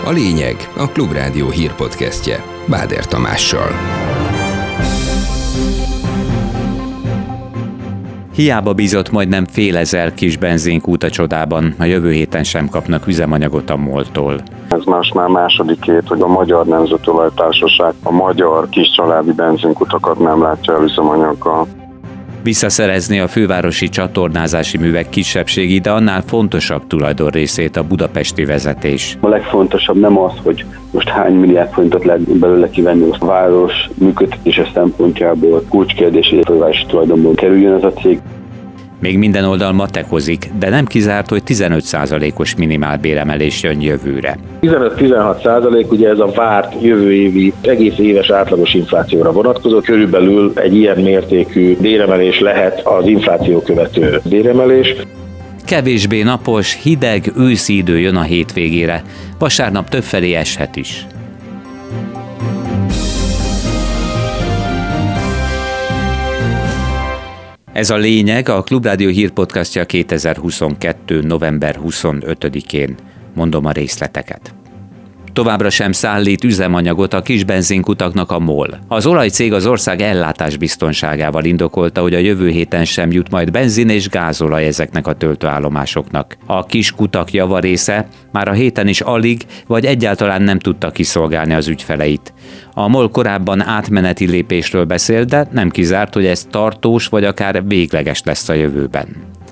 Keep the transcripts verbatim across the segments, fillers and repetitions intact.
A lényeg a Klubrádió hírpodcastje Báder Tamással. Hiába bízott majdnem fél ezer kis benzinkút a csodában, a jövő héten sem kapnak üzemanyagot a MOL-tól. Ez más már második hét, hogy a Magyar Nemzetolajtársaság a magyar kiscsaládi benzinkutakat nem látja el üzemanyaggal. Visszaszerezni a fővárosi csatornázási művek kisebbségi, de annál fontosabb tulajdonrészét a budapesti vezetés. A legfontosabb nem az, hogy most hány milliárd forintot lehet belőle kivenni a város működtetése szempontjából, kulcskérdés, hogy a fővárosi tulajdonból kerüljön ez a cég. Még minden oldal matekozik, de nem kizárt, hogy tizenöt százalékos minimálbéremelés jön jövőre. tizenöt-tizenhat százalék, ugye ez a várt jövő évi egész éves átlagos inflációra vonatkozó. Körülbelül egy ilyen mértékű béremelés lehet az infláció követő béremelés. Kevésbé napos, hideg, őszi idő jön a hétvégére. Vasárnap többfelé eshet is. Ez a lényeg, a Klubrádió hírpodcastja kétezer-huszonkettő. november huszonötödikén. Mondom a részleteket. Továbbra sem szállít üzemanyagot a kis benzinkutaknak a MOL. Az olajcég az ország ellátás biztonságával indokolta, hogy a jövő héten sem jut majd benzin és gázolaj ezeknek a töltőállomásoknak. A kis kutak javarésze már a héten is alig vagy egyáltalán nem tudta kiszolgálni az ügyfeleit. A MOL korábban átmeneti lépésről beszél, de nem kizárt, hogy ez tartós vagy akár végleges lesz a jövőben.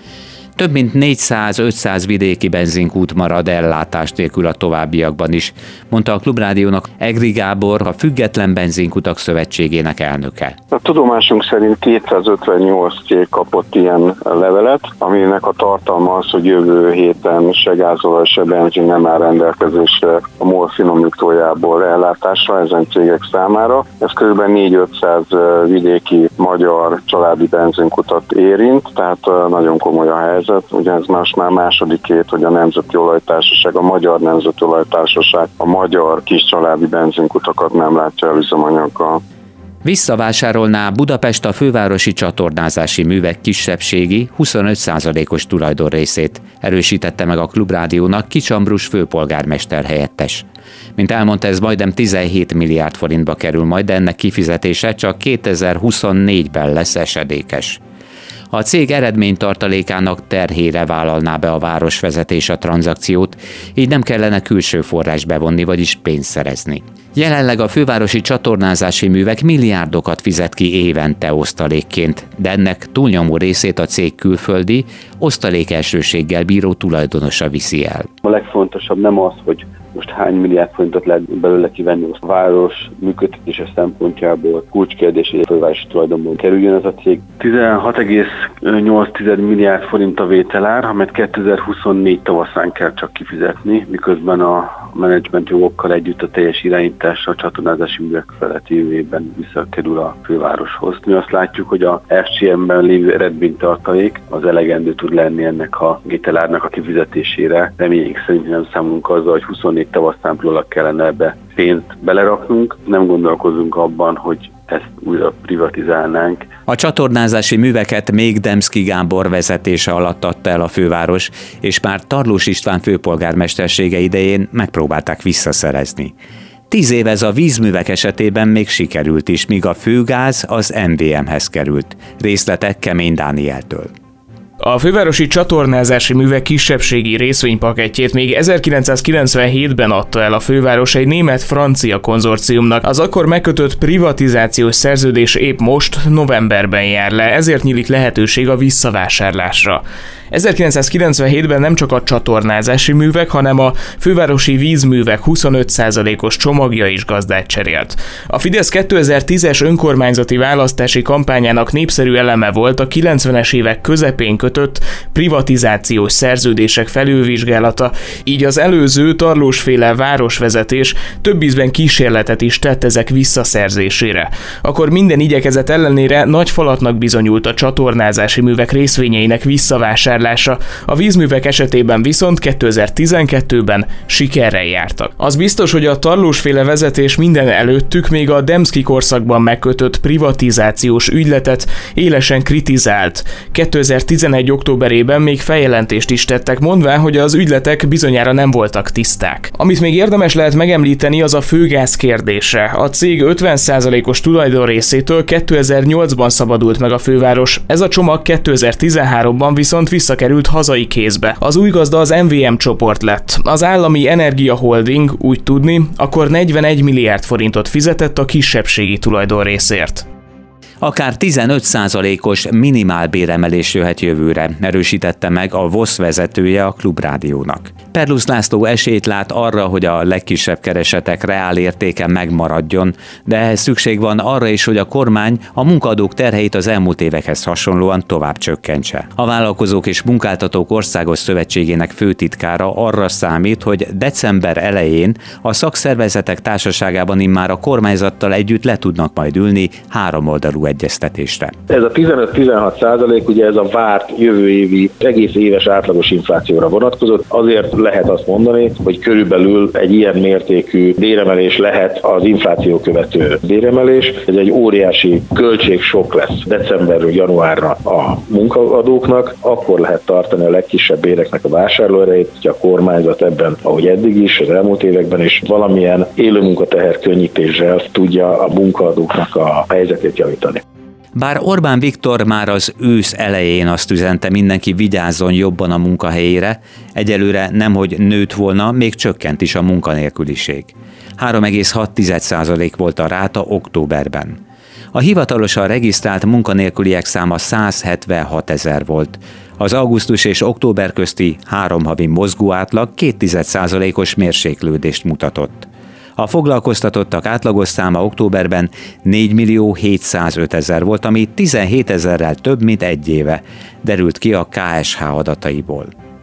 Több mint négyszáz-ötszáz vidéki benzinkút marad ellátás nélkül a továbbiakban is, mondta a Klubrádiónak Egri Gábor, a Független Benzinkutak Szövetségének elnöke. A tudomásunk szerint kétszázötvennyolc cég kapott ilyen levelet, aminek a tartalma az, hogy jövő héten se gázolaj, se benzin nem áll rendelkezésre a MOL finomítójából ellátásra ezen cégek számára. Ez kb. négy-ötszáz vidéki magyar családi benzinkutat érint, tehát nagyon komoly a helyzet. Ugye ez más már második hét, hogy a Nemzeti Olajtársaság, a Magyar Nemzeti Olajtársaság a magyar kiscsaládi benzinkutakat nem látja el üzemanyaggal. Visszavásárolná Budapest a fővárosi csatornázási művek kisebbségi huszonöt százalékos tulajdonrészét, erősítette meg a Klubrádiónak Kics Ambrus főpolgármester helyettes. Mint elmondta, ez majdnem tizenhét milliárd forintba kerül majd, de ennek kifizetése csak kétezer-huszonnégyben lesz esedékes. A cég eredménytartalékának terhére vállalná be a városvezetés a tranzakciót, így nem kellene külső forrás bevonni, vagyis pénzt szerezni. Jelenleg a fővárosi csatornázási művek milliárdokat fizet ki évente osztalékként, de ennek túlnyomó részét a cég külföldi, osztalékelsőséggel bíró tulajdonosa viszi el. A legfontosabb nem az, hogy most hány milliárd forintot lehet belőle kivenni a város működtetése szempontjából, kulcskérdés, hogy a fővárosi tulajdonból kerüljön ez a cég. tizenhat egész nyolc milliárd forint a vételár, amelyet kétezer-huszonnégy tavaszán kell csak kifizetni, miközben a menedzsment jogokkal együtt a teljes irányítása a csatornázási művek feletti jövőben visszakerül a fővároshoz. Mi azt látjuk, hogy a ef cé em-ben lévő eredménytartalék az elegendő tud lenni ennek a vételárnak a kifizetésére. Reményeink szerint nem számolunk azzal, hogy huszonnégy tavaszán prólag kellene ebbe pénzt beleraknunk. Nem gondolkozunk abban, hogy ezt újra privatizálnánk. A csatornázási műveket még Demszky Gábor vezetése alatt adta el a főváros, és már Tarlós István főpolgármestersége idején megpróbálták visszaszerezni. Tíz év ez a vízművek esetében még sikerült is, míg a főgáz az em vé em-hez került. Részletek Kemény Dánieltől. A fővárosi csatornázási művek kisebbségi részvénypakettjét még ezerkilencszázkilencvenhétben adta el a főváros egy német-francia konzorciumnak. Az akkor megkötött privatizációs szerződés épp most, novemberben jár le, ezért nyílik lehetőség a visszavásárlásra. ezerkilencszázkilencvenhétben nem csak a csatornázási művek, hanem a fővárosi vízművek huszonöt százalékos csomagja is gazdát cserélt. A Fidesz kétezer-tízes önkormányzati választási kampányának népszerű eleme volt a kilencvenes évek közepén kötött privatizációs szerződések felülvizsgálata, így az előző Tarlós-féle városvezetés több ízben kísérletet is tett ezek visszaszerzésére. Akkor minden igyekezet ellenére nagy falatnak bizonyult a csatornázási művek részvényeinek visszavásárlása, vásárlása, a vízművek esetében viszont kétezer-tizenkettőben sikerrel jártak. Az biztos, hogy a Tarlós-féle vezetés minden előttük még a Demszky korszakban megkötött privatizációs ügyletet élesen kritizált. kétezer-tizenegy októberében még feljelentést is tettek, mondván, hogy az ügyletek bizonyára nem voltak tiszták. Amit még érdemes lehet megemlíteni, az a főgáz kérdése. A cég ötven százalékos tulajdonrészétől kétezer-nyolcban szabadult meg a főváros, ez a csomag kétezer-tizenháromban viszont visszakerült hazai kézbe. Az új gazda az em vé em csoport lett. Az állami Energia Holding, úgy tudni, akkor negyvenegy milliárd forintot fizetett a kisebbségi tulajdonrészért. Akár tizenöt százalékos minimálbéremelés jöhet jövőre, erősítette meg a vé o es vezetője a Klubrádiónak. Perlusz László esélyt lát arra, hogy a legkisebb keresetek reál értéke megmaradjon, de ehhez szükség van arra is, hogy a kormány a munkaadók terheit az elmúlt évekhez hasonlóan tovább csökkentse. A Vállalkozók és Munkáltatók Országos Szövetségének főtitkára arra számít, hogy december elején a szakszervezetek társaságában immár a kormányzattal együtt le tudnak majd ülni háromoldalú egyeztetésre. Ez a tizenöt-tizenhat százalék, ugye ez a várt jövő évi egész éves átlagos inflációra vonatkozott, azért lehet azt mondani, hogy körülbelül egy ilyen mértékű béremelés lehet az infláció követő béremelés. Ez egy óriási költségsok lesz decemberről januárra a munkaadóknak, akkor lehet tartani a legkisebb béreknek a vásárlóerejét, hogy a kormányzat ebben, ahogy eddig is, az elmúlt években is valamilyen élőmunkateher könnyítéssel tudja a munkaadóknak a helyzetét javítani. Bár Orbán Viktor már az ősz elején azt üzente, mindenki vigyázzon jobban a munkahelyére, egyelőre nemhogy nőtt volna, még csökkent is a munkanélküliség. három egész hat százalék volt a ráta októberben. A hivatalosan regisztrált munkanélküliek száma száz hetvenhat ezer volt. Az augusztus és október közti három havi mozgóátlag két százalékos mérséklődést mutatott. A foglalkoztatottak átlagos száma októberben négy millió hétszázöt ezer volt, ami tizenhét ezerrel több, mint egy éve, derült ki a ká es há adataiból.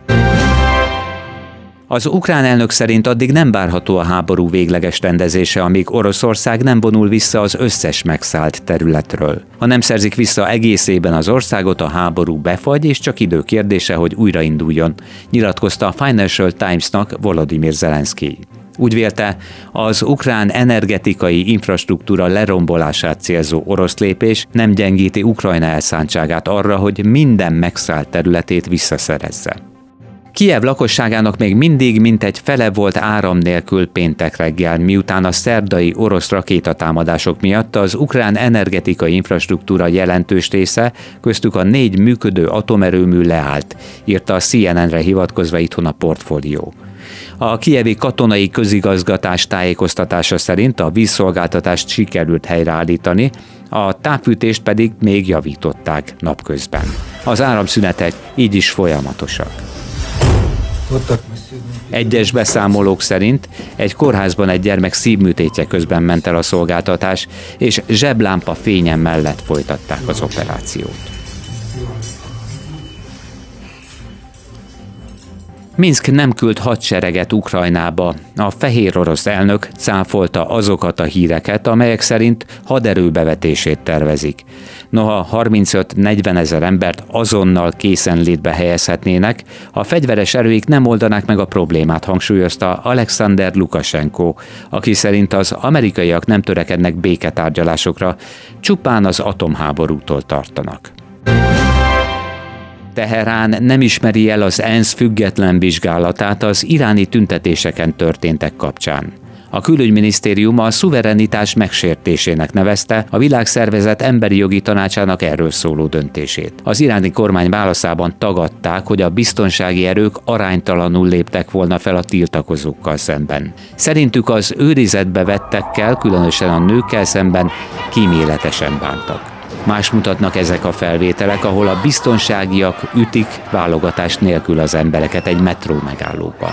Az ukrán elnök szerint addig nem várható a háború végleges rendezése, amíg Oroszország nem vonul vissza az összes megszállt területről. Ha nem szerzik vissza egészében az országot, a háború befagy, és csak idő kérdése, hogy újrainduljon, nyilatkozta a Financial Timesnak Volodymyr Zelenszkij. Úgy vélte, az ukrán energetikai infrastruktúra lerombolását célzó orosz lépés nem gyengíti Ukrajna elszántságát arra, hogy minden megszállt területét visszaszerezze. Kijev lakosságának még mindig mintegy fele volt áram nélkül péntek reggel, miután a szerdai orosz rakétatámadások miatt az ukrán energetikai infrastruktúra jelentős része, köztük a négy működő atomerőmű leállt, írta a cé en en-re hivatkozva itthon a Portfólió. A kijevi katonai közigazgatás tájékoztatása szerint a vízszolgáltatást sikerült helyreállítani, a távfűtést pedig még javították napközben. Az áramszünetek így is folyamatosak. Egyes beszámolók szerint egy kórházban egy gyermek szívműtétje közben ment el a szolgáltatás, és zseblámpa fényen mellett folytatták az operációt. Minszk nem küld hadsereget Ukrajnába. A fehér orosz elnök cáfolta azokat a híreket, amelyek szerint haderőbevetését tervezik. Noha harmincöt-negyven ezer embert azonnal készenlétbe helyezhetnének, a fegyveres erőik nem oldanák meg a problémát, hangsúlyozta Alexander Lukasenko, aki szerint az amerikaiak nem törekednek béketárgyalásokra, csupán az atomháborútól tartanak. Teherán nem ismeri el az ENSZ független vizsgálatát az iráni tüntetéseken történtek kapcsán. A külügyminisztérium a szuverenitás megsértésének nevezte a világszervezet emberi jogi tanácsának erről szóló döntését. Az iráni kormány válaszában tagadták, hogy a biztonsági erők aránytalanul léptek volna fel a tiltakozókkal szemben. Szerintük az őrizetbe vettekkel, különösen a nőkkel szemben kíméletesen bántak. Más mutatnak ezek a felvételek, ahol a biztonságiak ütik válogatás nélkül az embereket egy metró megállóban.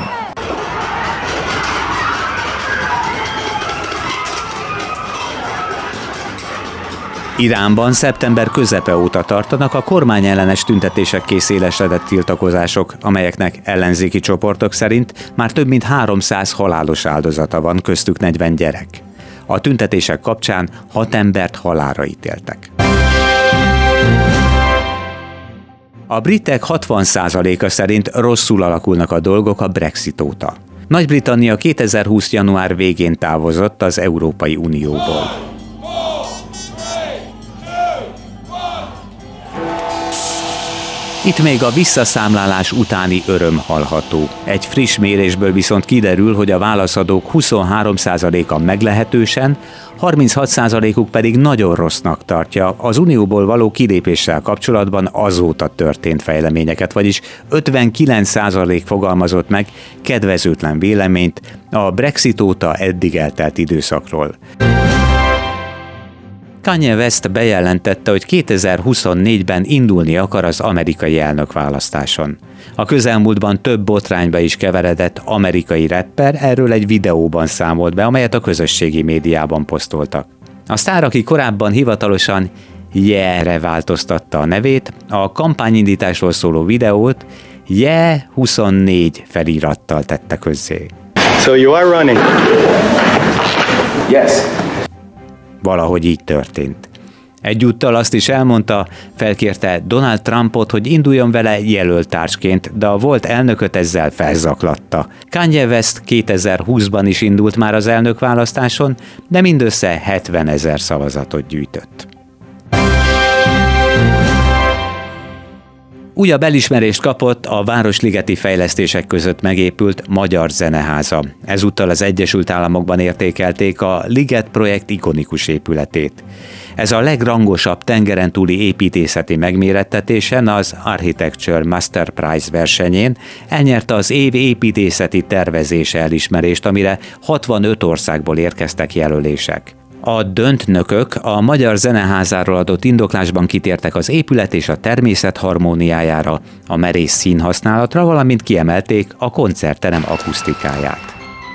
Iránban szeptember közepe óta tartanak a kormányellenes tüntetésekké szélesedett tiltakozások, amelyeknek ellenzéki csoportok szerint már több mint háromszáz halálos áldozata van, köztük negyven gyerek. A tüntetések kapcsán hat embert halálra ítéltek. A britek hatvan százaléka szerint rosszul alakulnak a dolgok a Brexit óta. Nagy-Britannia kétezer-húsz. január végén távozott az Európai Unióból. Itt még a visszaszámlálás utáni öröm hallható. Egy friss mérésből viszont kiderül, hogy a válaszadók huszonhárom százaléka meglehetősen, harminchat százalékuk pedig nagyon rossznak tartja az unióból való kilépéssel kapcsolatban azóta történt fejleményeket, vagyis ötvenkilenc százalék fogalmazott meg kedvezőtlen véleményt a Brexit óta eddig eltelt időszakról. Kanye West bejelentette, hogy kétezer-huszonnégyben indulni akar az amerikai elnökválasztáson. A közelmúltban több botrányba is keveredett amerikai rapper erről egy videóban számolt be, amelyet a közösségi médiában posztoltak. A sztár, aki korábban hivatalosan Yeah-re változtatta a nevét, a kampányindításról szóló videót Yeah huszonnégy felirattal tette közzé. So you are running. Yes. Valahogy így történt. Egyúttal azt is elmondta, felkérte Donald Trumpot, hogy induljon vele jelöltársként, de a volt elnököt ezzel felzaklatta. Kanye West kétezer-húszban is indult már az elnökválasztáson, de mindössze hetvenezer szavazatot gyűjtött. Újabb elismerést kapott a városligeti fejlesztések között megépült Magyar Zeneháza. Ezúttal az Egyesült Államokban értékelték a Liget projekt ikonikus épületét. Ez a legrangosabb tengeren túli építészeti megmérettetésen, az Architecture Master Prize versenyén elnyerte az év építészeti tervezése elismerést, amire hatvanöt országból érkeztek jelölések. A döntnökök a Magyar Zeneházáról adott indoklásban kitértek az épület és a természet harmóniájára, a merész színhasználatra, valamint kiemelték a koncertterem akusztikáját.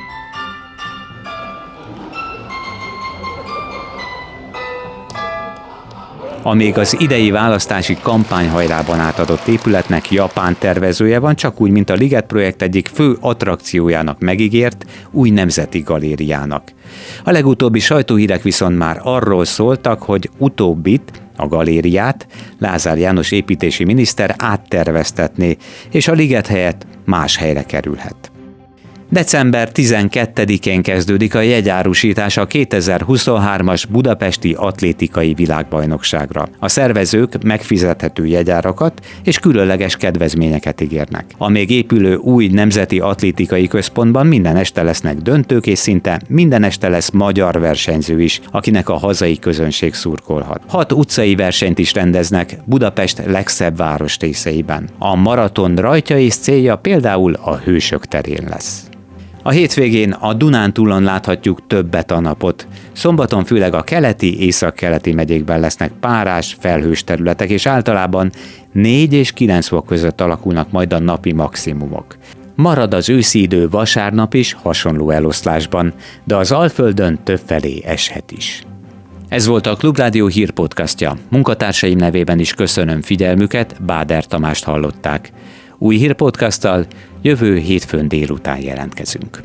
A még az idei választási kampányhajrában átadott épületnek japán tervezője van, csak úgy, mint a Liget projekt egyik fő attrakciójának megígért új nemzeti galériának. A legutóbbi sajtóhírek viszont már arról szóltak, hogy utóbbit, a galériát Lázár János építési miniszter átterveztetné, és a Liget helyett más helyre kerülhet. december tizenkettedikén kezdődik a jegyárusítás a kétezer-huszonhármas budapesti atlétikai világbajnokságra. A szervezők megfizethető jegyárakat és különleges kedvezményeket ígérnek. A még épülő új nemzeti atlétikai központban minden este lesznek döntők, és szinte minden este lesz magyar versenyző is, akinek a hazai közönség szurkolhat. Hat utcai versenyt is rendeznek Budapest legszebb városrészeiben. A maraton rajtja és célja például a Hősök terén lesz. A hétvégén a Dunántúlon láthatjuk többet a napot. Szombaton főleg a keleti, északkeleti megyékben lesznek párás, felhős területek, és általában négy és kilenc fok között alakulnak majd a napi maximumok. Marad az őszi idő vasárnap is hasonló eloszlásban, de az Alföldön többfelé eshet is. Ez volt a Klubrádió hírpodcastja. Munkatársaim nevében is köszönöm figyelmüket, Báder Tamást hallották. Új hírpodcasttal jövő hétfőn délután jelentkezünk.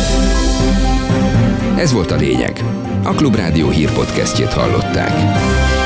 Ez volt a lényeg. A Klubrádió hírpodcastjét hallották.